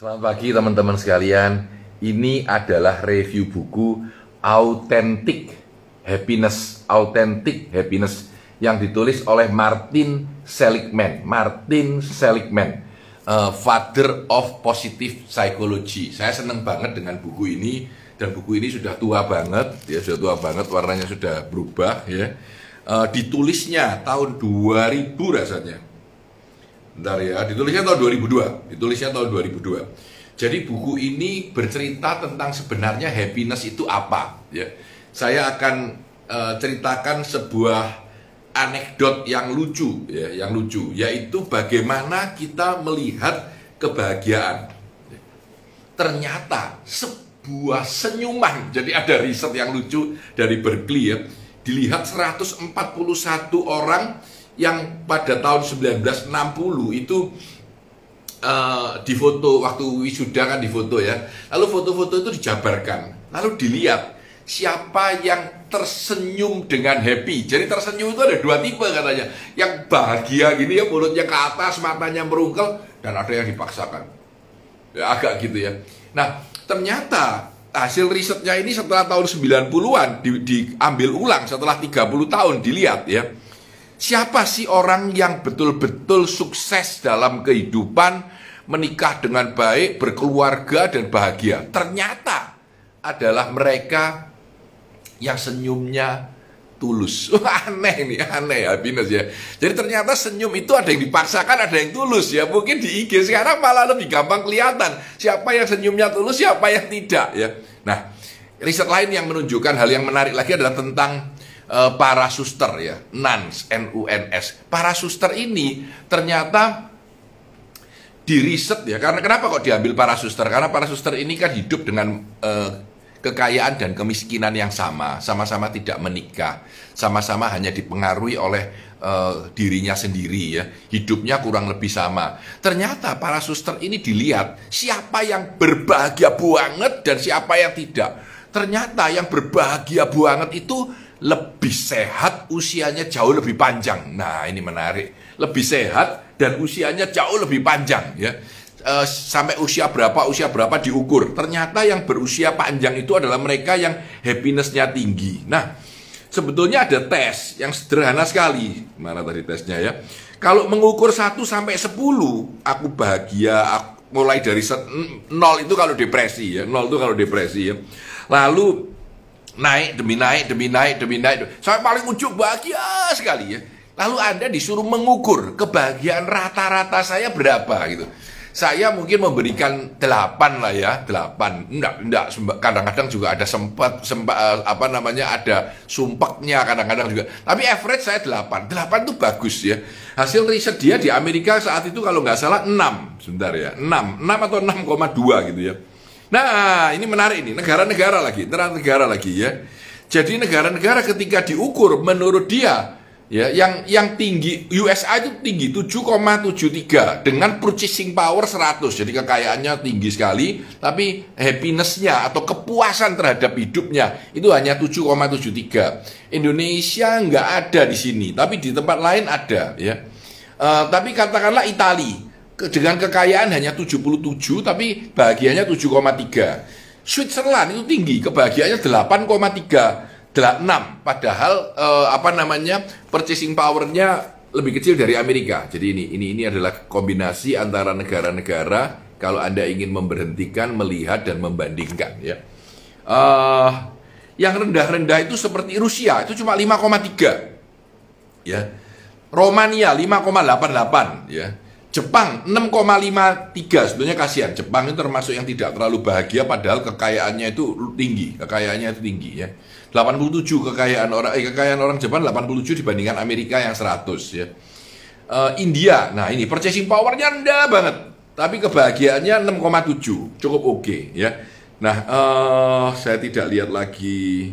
Selamat pagi teman-teman sekalian. Ini adalah review buku Authentic Happiness yang ditulis oleh Martin Seligman. Father of Positive Psychology. Saya senang banget dengan buku ini, dan buku ini sudah tua banget, warnanya sudah berubah ya. Ditulisnya tahun 2000 rasanya. Bentar ya, ditulisnya tahun 2002. Jadi buku ini bercerita tentang sebenarnya happiness itu apa ya. Saya akan ceritakan sebuah anekdot yang lucu ya, yaitu bagaimana kita melihat kebahagiaan. Ternyata sebuah senyuman. Jadi ada riset yang lucu dari Berkeley ya. Dilihat 141 orang yang pada tahun 1960 itu difoto, waktu wisuda kan difoto ya. Lalu foto-foto itu dijabarkan. Lalu dilihat siapa yang tersenyum dengan happy. Jadi tersenyum itu ada dua tipe katanya. Yang bahagia gini ya, mulutnya ke atas, matanya merungkel, dan ada yang dipaksakan. Ya, agak gitu ya. Nah, ternyata hasil risetnya ini setelah tahun 90-an diambil ulang setelah 30 tahun dilihat ya. Siapa sih orang yang betul-betul sukses dalam kehidupan, menikah dengan baik, berkeluarga, dan bahagia? Ternyata adalah mereka yang senyumnya tulus. Aneh happiness ya. Jadi ternyata senyum itu ada yang dipaksakan, ada yang tulus ya. Mungkin di IG sekarang malah lebih gampang kelihatan siapa yang senyumnya tulus, siapa yang tidak ya. Nah, riset lain yang menunjukkan hal yang menarik lagi adalah tentang para suster ya, nuns, N-U-N-S. Para suster ini ternyata diriset ya, karena kenapa kok diambil para suster? Karena para suster ini kan hidup dengan kekayaan dan kemiskinan yang sama-sama tidak menikah, sama-sama hanya dipengaruhi oleh dirinya sendiri ya, hidupnya kurang lebih sama. Ternyata para suster ini dilihat siapa yang berbahagia banget dan siapa yang tidak. Ternyata yang berbahagia banget itu lebih sehat, usianya jauh lebih panjang. Nah, ini menarik. Lebih sehat dan usianya jauh lebih panjang ya. Sampai usia berapa diukur. Ternyata yang berusia panjang itu adalah mereka yang happiness-nya tinggi. Nah, sebetulnya ada tes yang sederhana sekali. Mana tadi tesnya ya? Kalau mengukur 1 sampai 10, aku bahagia, mulai dari 0 itu kalau depresi ya. 0 itu kalau depresi ya. Lalu naik demi naik sampai paling ujung bahagia sekali ya. Lalu Anda disuruh mengukur kebahagiaan rata-rata saya berapa gitu. Saya mungkin memberikan 8 lah ya, 8. Enggak, kadang-kadang juga ada ada sumpeknya kadang-kadang juga. Tapi average saya 8. 8 itu bagus ya. Hasil riset dia di Amerika saat itu kalau nggak salah 6. Sebentar ya, 6 atau 6,2 gitu ya. Nah, ini menarik ini, negara-negara lagi ya. Jadi negara-negara ketika diukur menurut dia ya, yang tinggi, USA itu tinggi 7,73 dengan purchasing power 100. Jadi kekayaannya tinggi sekali, tapi happiness-nya atau kepuasan terhadap hidupnya itu hanya 7,73. Indonesia nggak ada di sini, tapi di tempat lain ada ya. Tapi katakanlah Italia dengan kekayaan hanya 77 tapi bahagianya 7,3. Switzerland itu tinggi, kebahagiaannya 8,36, padahal purchasing powernya lebih kecil dari Amerika. Jadi ini adalah kombinasi antara negara-negara kalau Anda ingin memberhentikan, melihat, dan membandingkan ya. Yang rendah-rendah itu seperti Rusia itu cuma 5,3 ya. Romania 5,88 ya. Jepang 6,53. Sebetulnya kasihan, Jepang itu termasuk yang tidak terlalu bahagia padahal kekayaannya itu tinggi ya. 87 kekayaan orang Jepang 87 dibandingkan Amerika yang 100 ya. India, nah ini purchasing powernya rendah banget tapi kebahagiaannya 6,7, cukup oke ya. Nah, saya tidak lihat lagi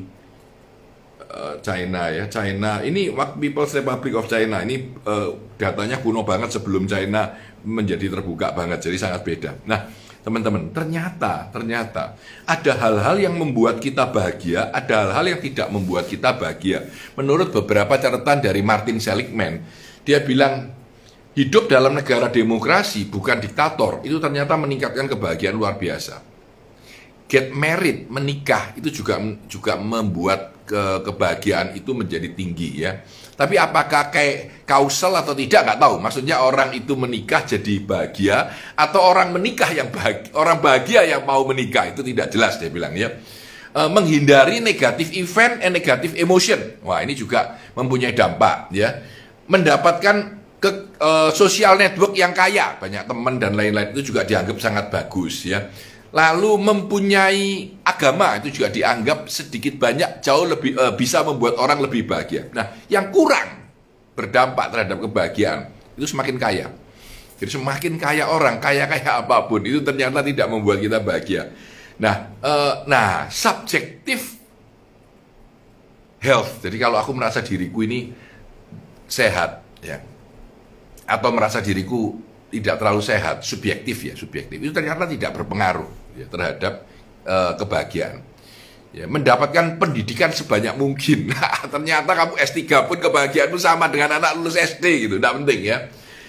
China ya. China ini People's Republic of China ini datanya kuno banget sebelum China menjadi terbuka banget, jadi sangat beda. Nah, teman-teman, ternyata ada hal-hal yang membuat kita bahagia, ada hal-hal yang tidak membuat kita bahagia. Menurut beberapa catatan dari Martin Seligman, dia bilang hidup dalam negara demokrasi, bukan diktator, itu ternyata meningkatkan kebahagiaan luar biasa. Get married, menikah, itu juga membuat kebahagiaan itu menjadi tinggi ya. Tapi apakah kayak kausal atau tidak, nggak tahu. Maksudnya orang itu menikah jadi bahagia, atau orang menikah yang bahagia, orang bahagia yang mau menikah, itu tidak jelas dia bilang ya. Menghindari negatif event and negatif emotion. Wah, ini juga mempunyai dampak ya. Mendapatkan social network yang kaya, banyak teman dan lain-lain, itu juga dianggap sangat bagus ya. Lalu mempunyai agama, itu juga dianggap sedikit banyak jauh lebih bisa membuat orang lebih bahagia. Nah, yang kurang berdampak terhadap kebahagiaan itu semakin kaya. Jadi semakin kaya orang, kaya apapun, itu ternyata tidak membuat kita bahagia. Nah, subjektif health. Jadi kalau aku merasa diriku ini sehat, ya, atau merasa diriku tidak terlalu sehat, subjektif ya, subjektif itu ternyata tidak berpengaruh ya, terhadap kebahagiaan. Ya, mendapatkan pendidikan sebanyak mungkin. Nah, ternyata kamu S3 pun kebahagiaanmu sama dengan anak lulus SD gitu, tidak penting ya.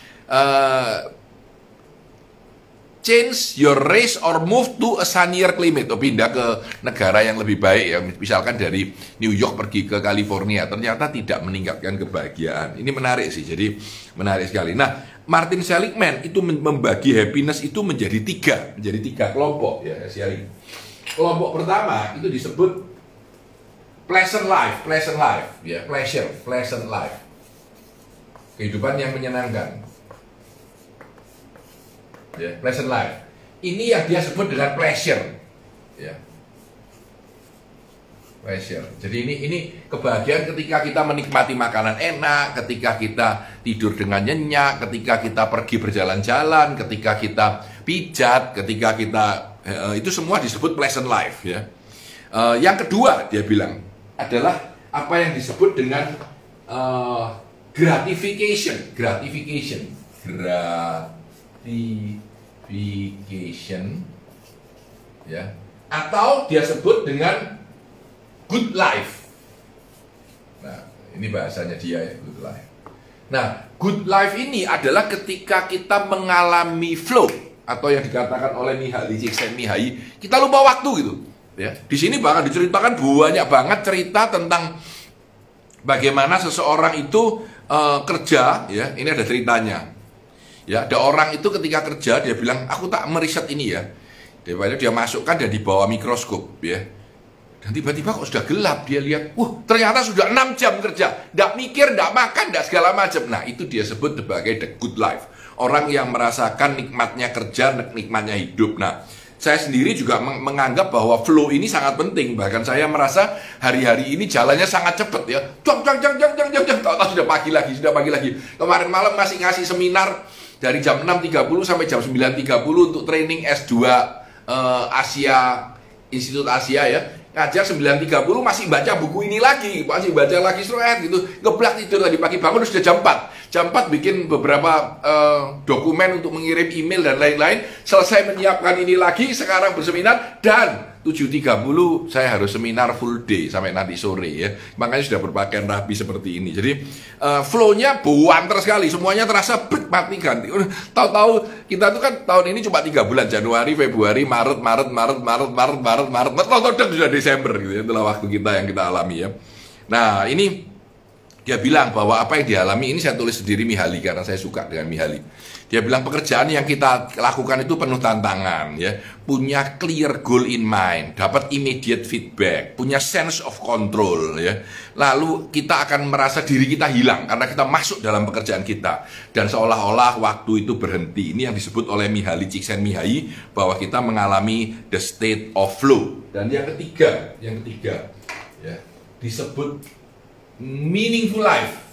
Change your race or move to a sunnier climate, atau pindah ke negara yang lebih baik ya, misalkan dari New York pergi ke California, ternyata tidak meningkatkan kebahagiaan. Ini menarik sih, jadi menarik sekali. Nah, Martin Seligman itu membagi happiness itu menjadi tiga kelompok ya, sharing. Kelompok pertama itu disebut pleasant life ya, pleasant life, kehidupan yang menyenangkan. Ya, pleasant life. Ini yang dia sebut dengan pleasure. Ya. Pleasure. Jadi ini kebahagiaan ketika kita menikmati makanan enak, ketika kita tidur dengan nyenyak, ketika kita pergi berjalan-jalan, ketika kita pijat, ketika kita itu semua disebut pleasant life ya. Yang kedua dia bilang adalah apa yang disebut dengan gratification ya, atau dia sebut dengan good life. Nah, ini bahasanya dia ya, good life. Nah, good life ini adalah ketika kita mengalami flow, atau yang dikatakan oleh Mihaly Csikszentmihalyi, kita lupa waktu gitu ya. Di sini bahkan diceritakan banyak banget cerita tentang bagaimana seseorang itu kerja ya. Ini ada ceritanya. Ya, ada orang itu ketika kerja dia bilang, aku tak meriset ini ya. Dia masukkan dan dibawa mikroskop ya. Dan tiba-tiba kok sudah gelap, dia lihat, ternyata sudah 6 jam kerja, tidak mikir, tidak makan, tidak segala macam. Nah, itu dia sebut sebagai the good life. Orang yang merasakan nikmatnya kerja, nikmatnya hidup. Nah, saya sendiri juga menganggap bahwa flow ini sangat penting. Bahkan saya merasa hari-hari ini jalannya sangat cepat ya. Tahu-tahu sudah pagi lagi. Kemarin malam masih ngasih seminar dari jam 6.30 sampai jam 9.30 untuk training S2 Asia, Institut Asia ya. Ngajar 9.30 masih baca buku ini lagi, masih baca lagi surat gitu. Ngeblak tidur tadi pagi, bangun sudah jam 4. Jam 4 bikin beberapa dokumen untuk mengirim email dan lain-lain. Selesai menyiapkan ini lagi, sekarang berseminar, dan 7.30 saya harus seminar full day sampai nanti sore ya. Makanya sudah berpakaian rapi seperti ini. Jadi flow-nya buanter sekali, semuanya terasa mati ganti. Tahu-tahu kita tuh kan tahun ini cuma 3 bulan, Januari, Februari, Maret, sudah Desember gitu ya. Itulah waktu kita yang kita alami ya. Nah, ini dia bilang bahwa apa yang dialami, ini saya tulis sendiri Mihaly karena saya suka dengan Mihaly. Dia bilang pekerjaan yang kita lakukan itu penuh tantangan ya, punya clear goal in mind, dapat immediate feedback, punya sense of control ya. Lalu kita akan merasa diri kita hilang karena kita masuk dalam pekerjaan kita dan seolah-olah waktu itu berhenti. Ini yang disebut oleh Mihaly Csikszentmihalyi bahwa kita mengalami the state of flow. Dan yang ketiga ya, disebut meaningful life.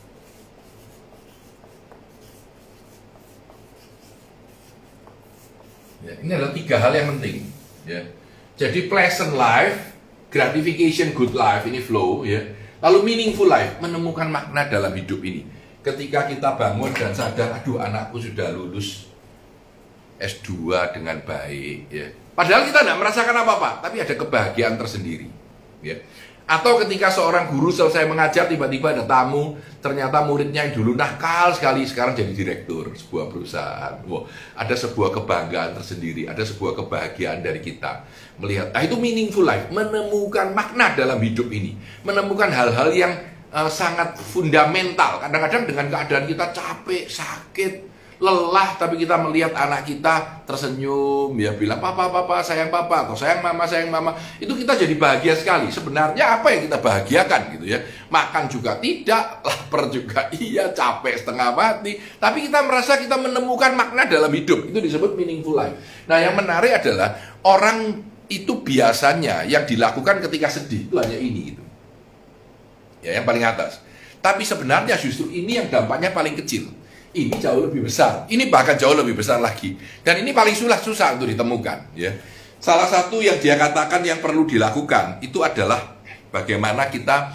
Ya, ini adalah 3 hal yang penting. Ya. Jadi pleasant life, gratification, good life, ini flow. Ya. Lalu meaningful life, menemukan makna dalam hidup ini. Ketika kita bangun dan sadar, aduh anakku sudah lulus S2 dengan baik. Ya. Padahal kita tidak merasakan apa-apa, tapi ada kebahagiaan tersendiri. Ya. Atau ketika seorang guru selesai mengajar, tiba-tiba ada tamu, ternyata muridnya yang dulu nakal sekali, sekarang jadi direktur sebuah perusahaan. Wow, ada sebuah kebanggaan tersendiri, ada sebuah kebahagiaan dari kita melihat. Nah, itu meaningful life, menemukan makna dalam hidup ini, menemukan hal-hal yang sangat fundamental. Kadang-kadang dengan keadaan kita capek, sakit, lelah, tapi kita melihat anak kita tersenyum, ya bilang papa, papa, sayang papa, atau sayang mama, itu kita jadi bahagia sekali. Sebenarnya apa yang kita bahagiakan gitu ya? Makan juga tidak, lapar juga iya, capek setengah mati, tapi kita merasa kita menemukan makna dalam hidup. Itu disebut meaningful life. Nah, yang menarik adalah orang itu biasanya yang dilakukan ketika sedih itu hanya ini gitu. Ya, yang paling atas. Tapi sebenarnya justru ini yang dampaknya paling kecil. Ini jauh lebih besar, ini bahkan jauh lebih besar lagi. Dan ini paling susah untuk ditemukan. Ya. Salah satu yang dia katakan yang perlu dilakukan itu adalah bagaimana kita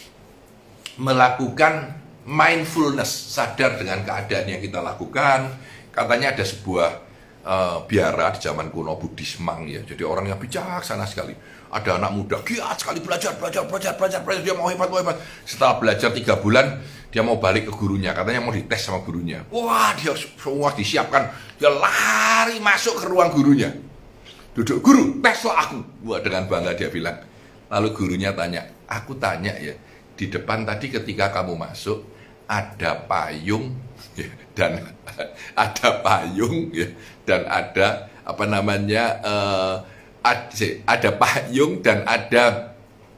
melakukan mindfulness, sadar dengan keadaan yang kita lakukan. Katanya ada sebuah biara di zaman kuno Buddhisme ya. Jadi orang yang bijaksana sekali. Ada anak muda giat sekali belajar, dia mau hebat. Setelah belajar 3 bulan, dia mau balik ke gurunya, katanya mau dites sama gurunya. Wah, dia semua disiapkan, dia lari masuk ke ruang gurunya. Duduk, guru, teslah aku. Wah, dengan bangga dia bilang. Lalu gurunya tanya, aku tanya ya, di depan tadi ketika kamu masuk, ada payung ya, dan ada payung ya, dan ada apa namanya, ada payung dan ada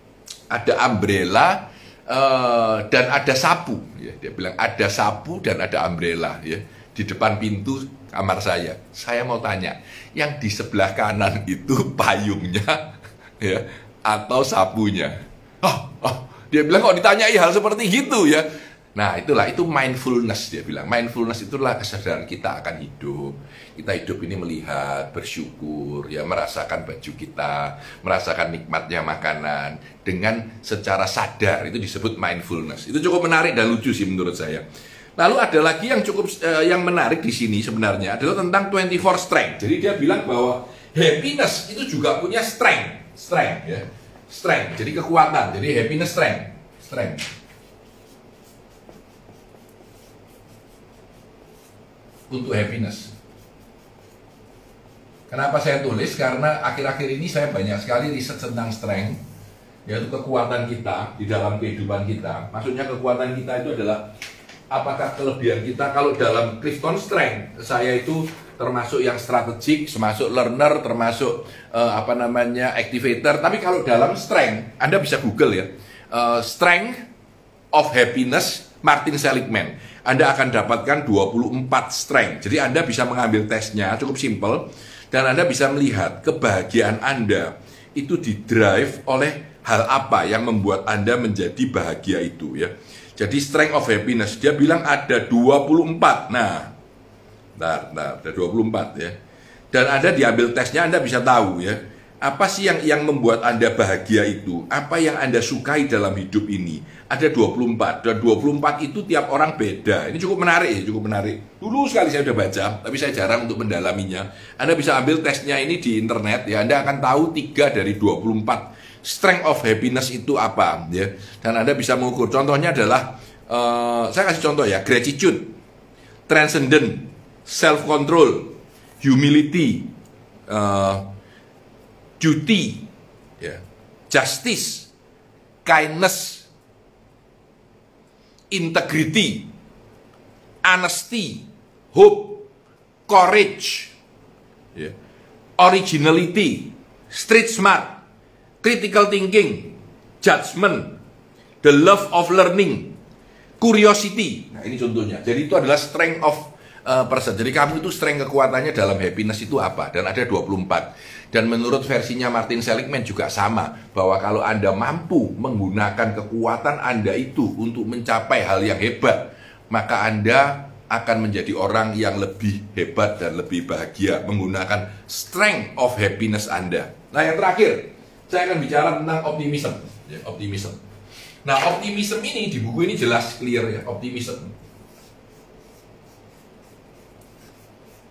umbrella dan ada sapu ya. Dia bilang ada sapu dan ada umbrella ya di depan pintu kamar saya. Saya mau tanya, yang di sebelah kanan itu payungnya ya atau sapunya? Dia bilang kok ditanyai hal seperti itu ya. Nah, itu mindfulness, dia bilang. Mindfulness itulah kesadaran kita akan hidup. Kita hidup ini melihat, bersyukur, ya merasakan baju kita, merasakan nikmatnya makanan dengan secara sadar. Itu disebut mindfulness. Itu cukup menarik dan lucu sih menurut saya. Lalu ada lagi yang cukup yang menarik di sini sebenarnya adalah tentang 24 strength. Jadi dia bilang bahwa happiness itu juga punya strength ya. Strength. Jadi kekuatan. Jadi happiness strength. Untuk happiness. Kenapa saya tulis? Karena akhir-akhir ini saya banyak sekali riset tentang strength, yaitu kekuatan kita di dalam kehidupan kita. Maksudnya kekuatan kita itu adalah apakah kelebihan kita. Kalau dalam Clifton Strength, saya itu termasuk yang strategik, termasuk learner, termasuk activator. Tapi kalau dalam strength, Anda bisa Google ya, strength of happiness Martin Seligman. Anda akan dapatkan 24 strength. Jadi Anda bisa mengambil tesnya, cukup simple, dan Anda bisa melihat kebahagiaan Anda itu didrive oleh hal apa yang membuat Anda menjadi bahagia itu ya. Jadi strength of happiness, dia bilang ada 24. Nah, ada 24 ya. Dan Anda diambil tesnya, Anda bisa tahu ya, apa sih yang membuat Anda bahagia itu? Apa yang Anda sukai dalam hidup ini? Ada 24, dan 24 itu tiap orang beda. Ini cukup menarik ya, cukup menarik. Dulu sekali saya sudah baca, tapi saya jarang untuk mendalaminya. Anda bisa ambil tesnya ini di internet ya, Anda akan tahu 3 dari 24 strength of happiness itu apa ya. Dan Anda bisa mengukur. Contohnya adalah saya kasih contoh ya, gratitude, transcendent, self control, humility, duty, ya, justice, kindness, integrity, honesty, hope, courage, ya, originality, street smart, critical thinking, judgment, the love of learning, curiosity. Nah, ini contohnya. Jadi itu adalah strength of person. Jadi kamu itu strength kekuatannya dalam happiness itu apa? Dan ada 24. Dan menurut versinya Martin Seligman juga sama, bahwa kalau Anda mampu menggunakan kekuatan Anda itu untuk mencapai hal yang hebat, maka Anda akan menjadi orang yang lebih hebat dan lebih bahagia menggunakan strength of happiness Anda. Nah, yang terakhir, saya akan bicara tentang optimism. Ya, optimism. Nah, optimism ini di buku ini jelas clear ya, optimism.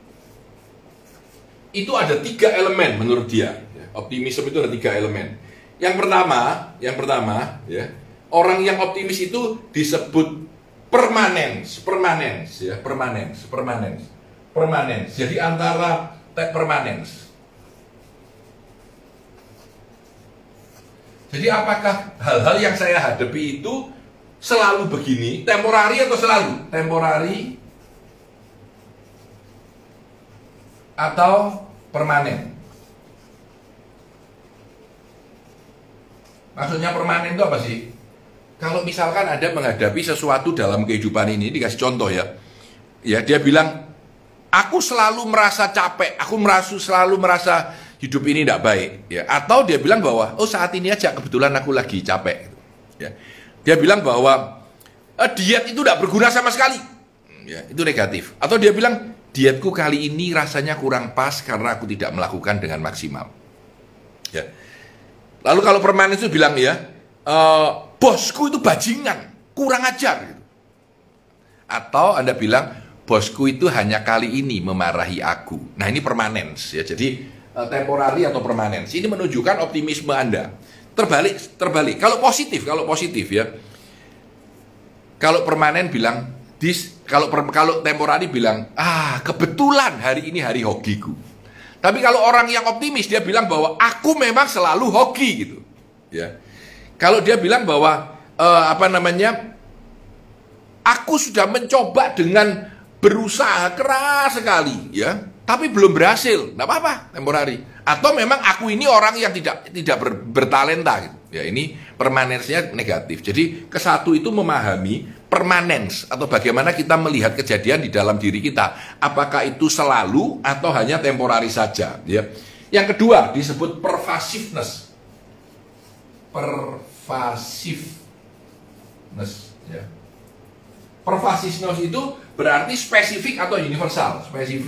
Itu ada 3 elemen menurut dia. Optimisme itu ada 3 elemen. Yang pertama, ya, orang yang optimis itu disebut permanens, ya, permanens. Jadi antara permanens. Jadi apakah hal-hal yang saya hadapi itu selalu begini, temporari atau selalu? Temporari atau permanen? Maksudnya permanen itu apa sih? Kalau misalkan Anda menghadapi sesuatu dalam kehidupan ini, dikasih contoh ya. Ya, dia bilang, aku selalu merasa capek, selalu merasa hidup ini tidak baik. Ya. Atau dia bilang bahwa, oh saat ini aja kebetulan aku lagi capek. Ya. Dia bilang bahwa diet itu tidak berguna sama sekali. Ya, itu negatif. Atau dia bilang, dietku kali ini rasanya kurang pas karena aku tidak melakukan dengan maksimal. Ya. Lalu kalau permanen itu bilang ya, bosku itu bajingan, kurang ajar. Gitu. Atau Anda bilang, bosku itu hanya kali ini memarahi aku. Nah ini permanens ya. Jadi temporari atau permanens. Ini menunjukkan optimisme Anda. Terbalik. Kalau positif ya. Kalau permanen bilang, kalau temporari bilang, kebetulan hari ini hari hokiku. Tapi kalau orang yang optimis dia bilang bahwa aku memang selalu hoki gitu. Ya. Kalau dia bilang bahwa aku sudah mencoba dengan berusaha keras sekali, ya, tapi belum berhasil, nggak apa-apa, temporari. Atau memang aku ini orang yang tidak bertalenta, gitu. Ya, ini permanensnya negatif. Jadi kesatu itu memahami permanens atau bagaimana kita melihat kejadian di dalam diri kita, apakah itu selalu atau hanya temporari saja. Ya. Yang kedua disebut pervasiveness, ya. Pervasiveness itu berarti spesifik atau universal.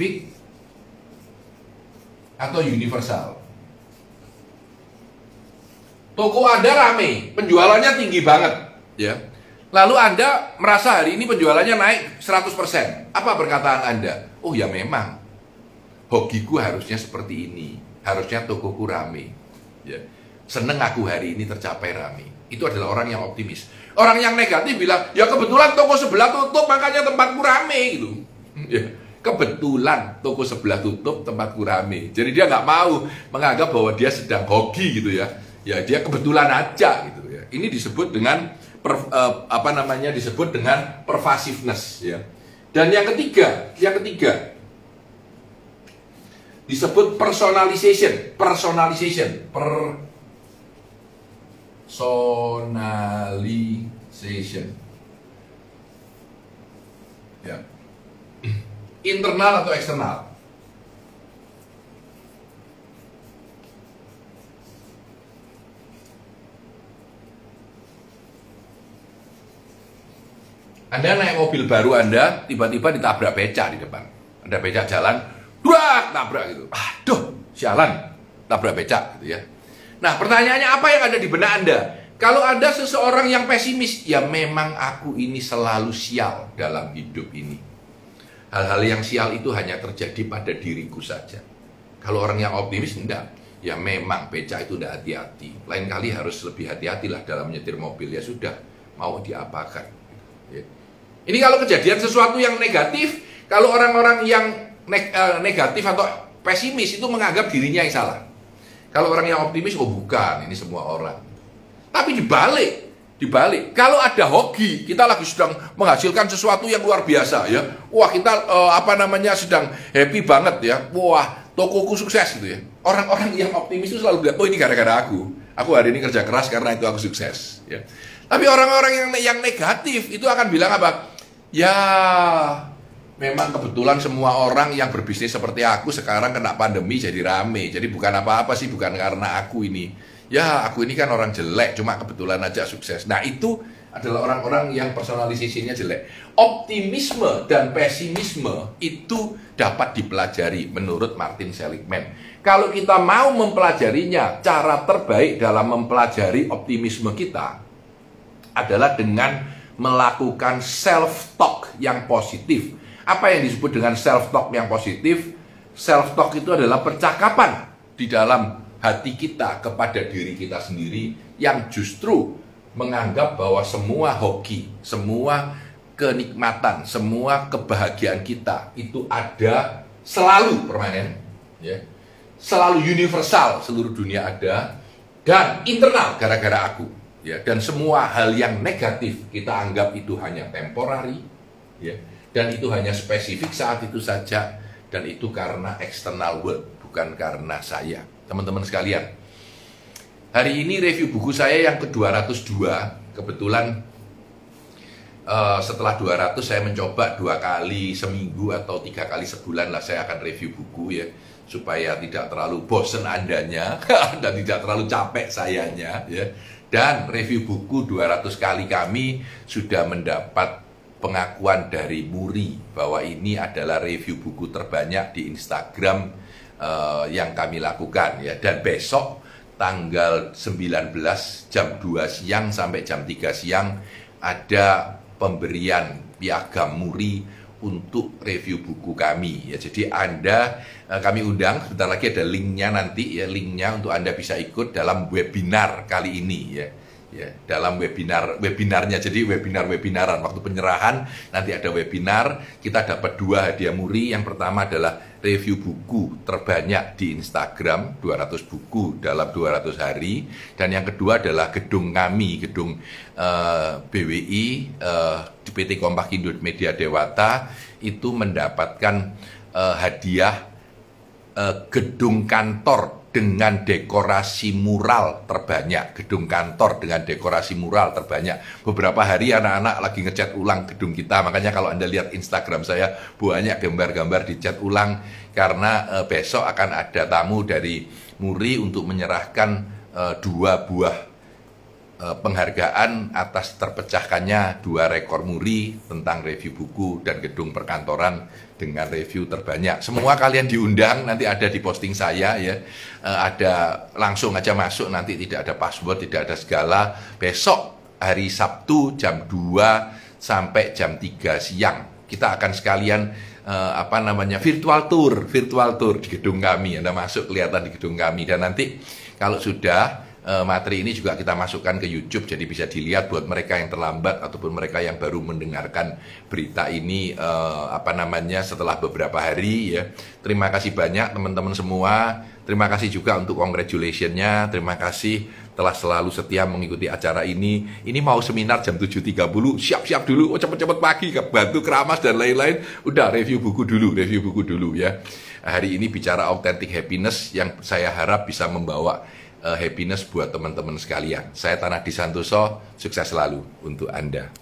Toko Anda rame, penjualannya tinggi banget, ya. Lalu Anda merasa hari ini penjualannya naik 100%. Apa perkataan Anda? Oh ya memang, hobiku harusnya seperti ini. Harusnya tokoku rame. Ya. Seneng aku hari ini tercapai rame. Itu adalah orang yang optimis. Orang yang negatif bilang, ya kebetulan toko sebelah tutup, makanya tempatku rame gitu. Ya, kebetulan toko sebelah tutup, tempatku rame. Jadi dia nggak mau menganggap bahwa dia sedang hoki gitu ya. Ya dia kebetulan aja gitu ya. Ini disebut dengan disebut dengan pervasiveness ya. Dan yang ketiga disebut personalization. Ya. Internal atau eksternal? Anda naik mobil baru Anda, tiba-tiba ditabrak becak di depan. Anda becak jalan, duak, tabrak gitu. Aduh, sialan, tabrak becak gitu ya. Nah, pertanyaannya apa yang ada di benak Anda? Kalau Anda seseorang yang pesimis, ya memang aku ini selalu sial dalam hidup ini. Hal-hal yang sial itu hanya terjadi pada diriku saja. Kalau orang yang optimis, enggak. Ya memang becak itu enggak hati-hati. Lain kali harus lebih hati-hatilah dalam menyetir mobil. Ya sudah, mau diapakan. Ya. Ini kalau kejadian sesuatu yang negatif, kalau orang-orang yang negatif atau pesimis itu menganggap dirinya yang salah. Kalau orang yang optimis, oh bukan, ini semua orang. Tapi dibalik. Kalau ada hoki, kita lagi sedang menghasilkan sesuatu yang luar biasa ya. Wah, kita sedang happy banget ya. Wah, tokoku sukses gitu ya. Orang-orang yang optimis itu selalu bilang, oh ini gara-gara aku. Aku hari ini kerja keras karena itu aku sukses ya. Tapi orang-orang yang negatif itu akan bilang apa? Ya, memang kebetulan semua orang yang berbisnis seperti aku sekarang kena pandemi jadi rame. Jadi bukan apa-apa sih, bukan karena aku ini. Ya, aku ini kan orang jelek, cuma kebetulan aja sukses. Nah, itu adalah orang-orang yang personalisasinya jelek. Optimisme dan pesimisme itu dapat dipelajari menurut Martin Seligman. Kalau kita mau mempelajarinya, cara terbaik dalam mempelajari optimisme kita adalah dengan melakukan self-talk yang positif. Apa yang disebut dengan self-talk yang positif? Self-talk itu adalah percakapan di dalam hati kita kepada diri kita sendiri yang justru menganggap bahwa semua hoki, semua kenikmatan, semua kebahagiaan kita itu ada selalu permanen, ya, selalu universal, seluruh dunia ada, dan internal gara-gara aku, ya, dan semua hal yang negatif kita anggap itu hanya temporary, ya, dan itu hanya spesifik saat itu saja, dan itu karena external world, bukan karena saya. Teman-teman sekalian, hari ini review buku saya yang ke-202, kebetulan setelah 200 saya mencoba 2 kali seminggu atau 3 kali sebulan lah saya akan review buku, ya, supaya tidak terlalu bosen andanya dan tidak terlalu capek sayanya, ya. Dan review buku 200 kali kami sudah mendapat pengakuan dari Muri bahwa ini adalah review buku terbanyak di Instagram yang kami lakukan, ya. Dan besok tanggal 19 jam 2 siang sampai jam 3 siang ada pemberian piagam Muri untuk review buku kami, ya. Jadi kami undang, sebentar lagi ada linknya nanti, ya, linknya untuk Anda bisa ikut dalam webinar kali ini, ya. Ya, dalam webinarnya, jadi webinaran waktu penyerahan nanti ada webinar, kita dapat 2 hadiah Muri. Yang pertama adalah review buku terbanyak di Instagram, 200 buku dalam 200 hari, dan yang kedua adalah gedung kami, gedung BWI di PT Kompakindo Media Dewata itu mendapatkan hadiah gedung kantor dengan dekorasi mural terbanyak, gedung kantor dengan dekorasi mural terbanyak. Beberapa hari anak-anak lagi ngecat ulang gedung kita, makanya kalau Anda lihat Instagram saya banyak gambar-gambar dicat ulang, karena besok akan ada tamu dari Muri untuk menyerahkan 2 buah penghargaan atas terpecahkannya 2 rekor Muri tentang review buku dan gedung perkantoran dengan review terbanyak. Semua kalian diundang, nanti ada di posting saya, ya. Ada langsung aja masuk, nanti tidak ada password, tidak ada segala. Besok hari Sabtu jam 2 sampai jam 3 siang kita akan sekalian virtual tour di gedung kami. Anda masuk kelihatan di gedung kami, dan nanti kalau sudah materi ini juga kita masukkan ke YouTube, jadi bisa dilihat buat mereka yang terlambat ataupun mereka yang baru mendengarkan berita ini setelah beberapa hari, ya. Terima kasih banyak teman-teman semua. Terima kasih juga untuk congratulationnya. Terima kasih telah selalu setia mengikuti acara ini. Ini mau seminar jam 7.30, siap-siap dulu, cepet-cepet pagi, bantu keramas dan lain-lain. Udah review buku dulu, ya. Hari ini bicara authentic happiness yang saya harap bisa membawa happiness buat teman-teman sekalian. Saya Tanah Di Santoso, sukses selalu untuk Anda.